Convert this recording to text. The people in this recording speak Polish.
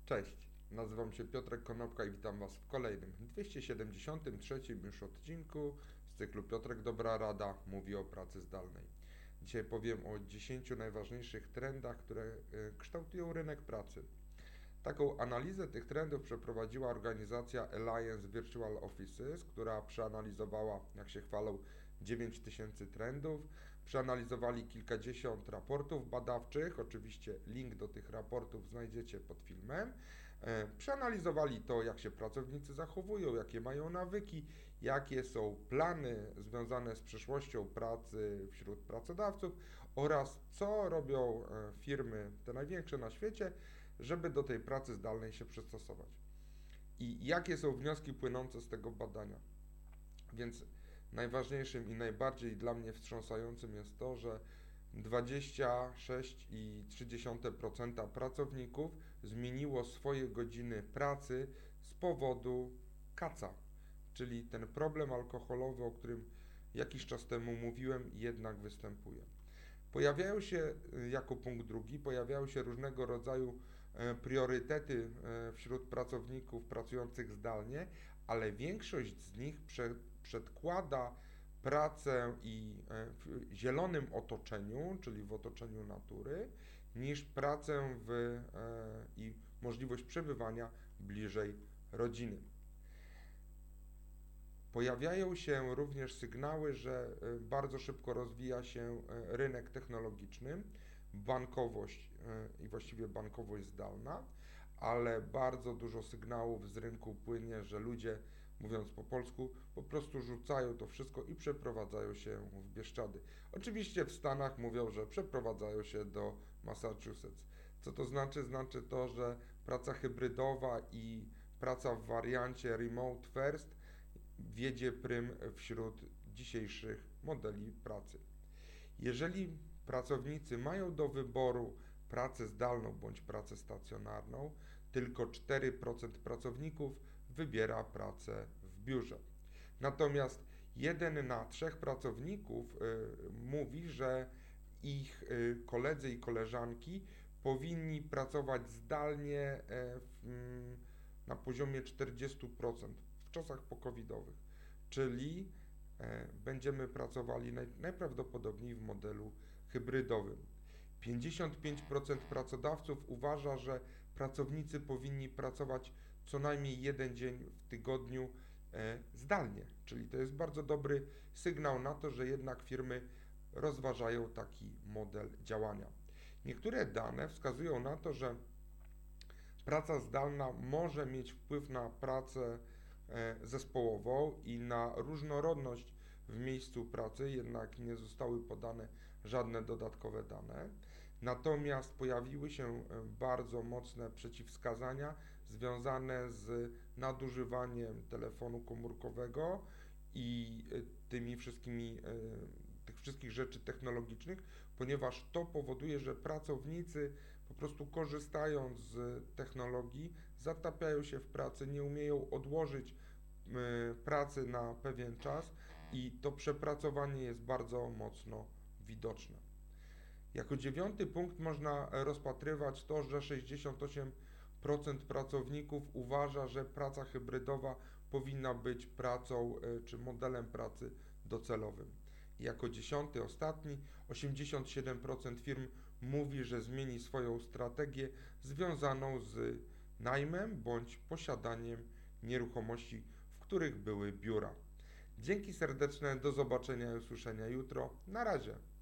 Cześć, nazywam się Piotrek Konopka i witam Was w kolejnym 273 już odcinku z cyklu Piotrek Dobra Rada mówi o pracy zdalnej. Dzisiaj powiem o 10 najważniejszych trendach, które kształtują rynek pracy. Taką analizę tych trendów przeprowadziła organizacja Alliance Virtual Offices, która przeanalizowała, jak się chwalą, 9000 trendów. Przeanalizowali kilkadziesiąt raportów badawczych, oczywiście link do tych raportów znajdziecie pod filmem. Przeanalizowali to, jak się pracownicy zachowują, jakie mają nawyki, jakie są plany związane z przyszłością pracy wśród pracodawców oraz co robią firmy, te największe na świecie, żeby do tej pracy zdalnej się przystosować. I jakie są wnioski płynące z tego badania? Więc najważniejszym i najbardziej dla mnie wstrząsającym jest to, że 26,3% pracowników zmieniło swoje godziny pracy z powodu kaca, czyli ten problem alkoholowy, o którym jakiś czas temu mówiłem, jednak występuje. Pojawiają się, jako punkt drugi, pojawiają się różnego rodzaju priorytety wśród pracowników pracujących zdalnie, ale większość z nich przedkłada pracę w zielonym otoczeniu, czyli w otoczeniu natury, niż pracę i możliwość przebywania bliżej rodziny. Pojawiają się również sygnały, że bardzo szybko rozwija się rynek technologiczny, bankowość i właściwie bankowość zdalna, ale bardzo dużo sygnałów z rynku płynie, że ludzie, mówiąc po polsku, po prostu rzucają to wszystko i przeprowadzają się w Bieszczady. Oczywiście w Stanach mówią, że przeprowadzają się do Massachusetts. Co to znaczy? Znaczy to, że praca hybrydowa i praca w wariancie remote first wiedzie prym wśród dzisiejszych modeli pracy. Jeżeli pracownicy mają do wyboru pracę zdalną bądź pracę stacjonarną, tylko 4% pracowników wybiera pracę w biurze. Natomiast 1 na 3 pracowników mówi, że ich koledzy i koleżanki powinni pracować zdalnie na poziomie 40% w czasach pokowidowych, czyli będziemy pracowali najprawdopodobniej w modelu hybrydowym. 55% pracodawców uważa, że pracownicy powinni pracować co najmniej 1 dzień w tygodniu zdalnie, czyli to jest bardzo dobry sygnał na to, że jednak firmy rozważają taki model działania. Niektóre dane wskazują na to, że praca zdalna może mieć wpływ na pracę zespołową i na różnorodność w miejscu pracy, jednak nie zostały podane żadne dodatkowe dane. Natomiast pojawiły się bardzo mocne przeciwwskazania związane z nadużywaniem telefonu komórkowego i tych wszystkich rzeczy technologicznych, ponieważ to powoduje, że pracownicy po prostu korzystając z technologii zatapiają się w pracy, nie umieją odłożyć pracy na pewien czas i to przepracowanie jest bardzo mocno widoczne. Jako 9. punkt można rozpatrywać to, że 68% pracowników uważa, że praca hybrydowa powinna być pracą czy modelem pracy docelowym. I jako 10. ostatni, 87% firm mówi, że zmieni swoją strategię związaną z najmem bądź posiadaniem nieruchomości, w których były biura. Dzięki serdeczne, do zobaczenia i usłyszenia jutro. Na razie.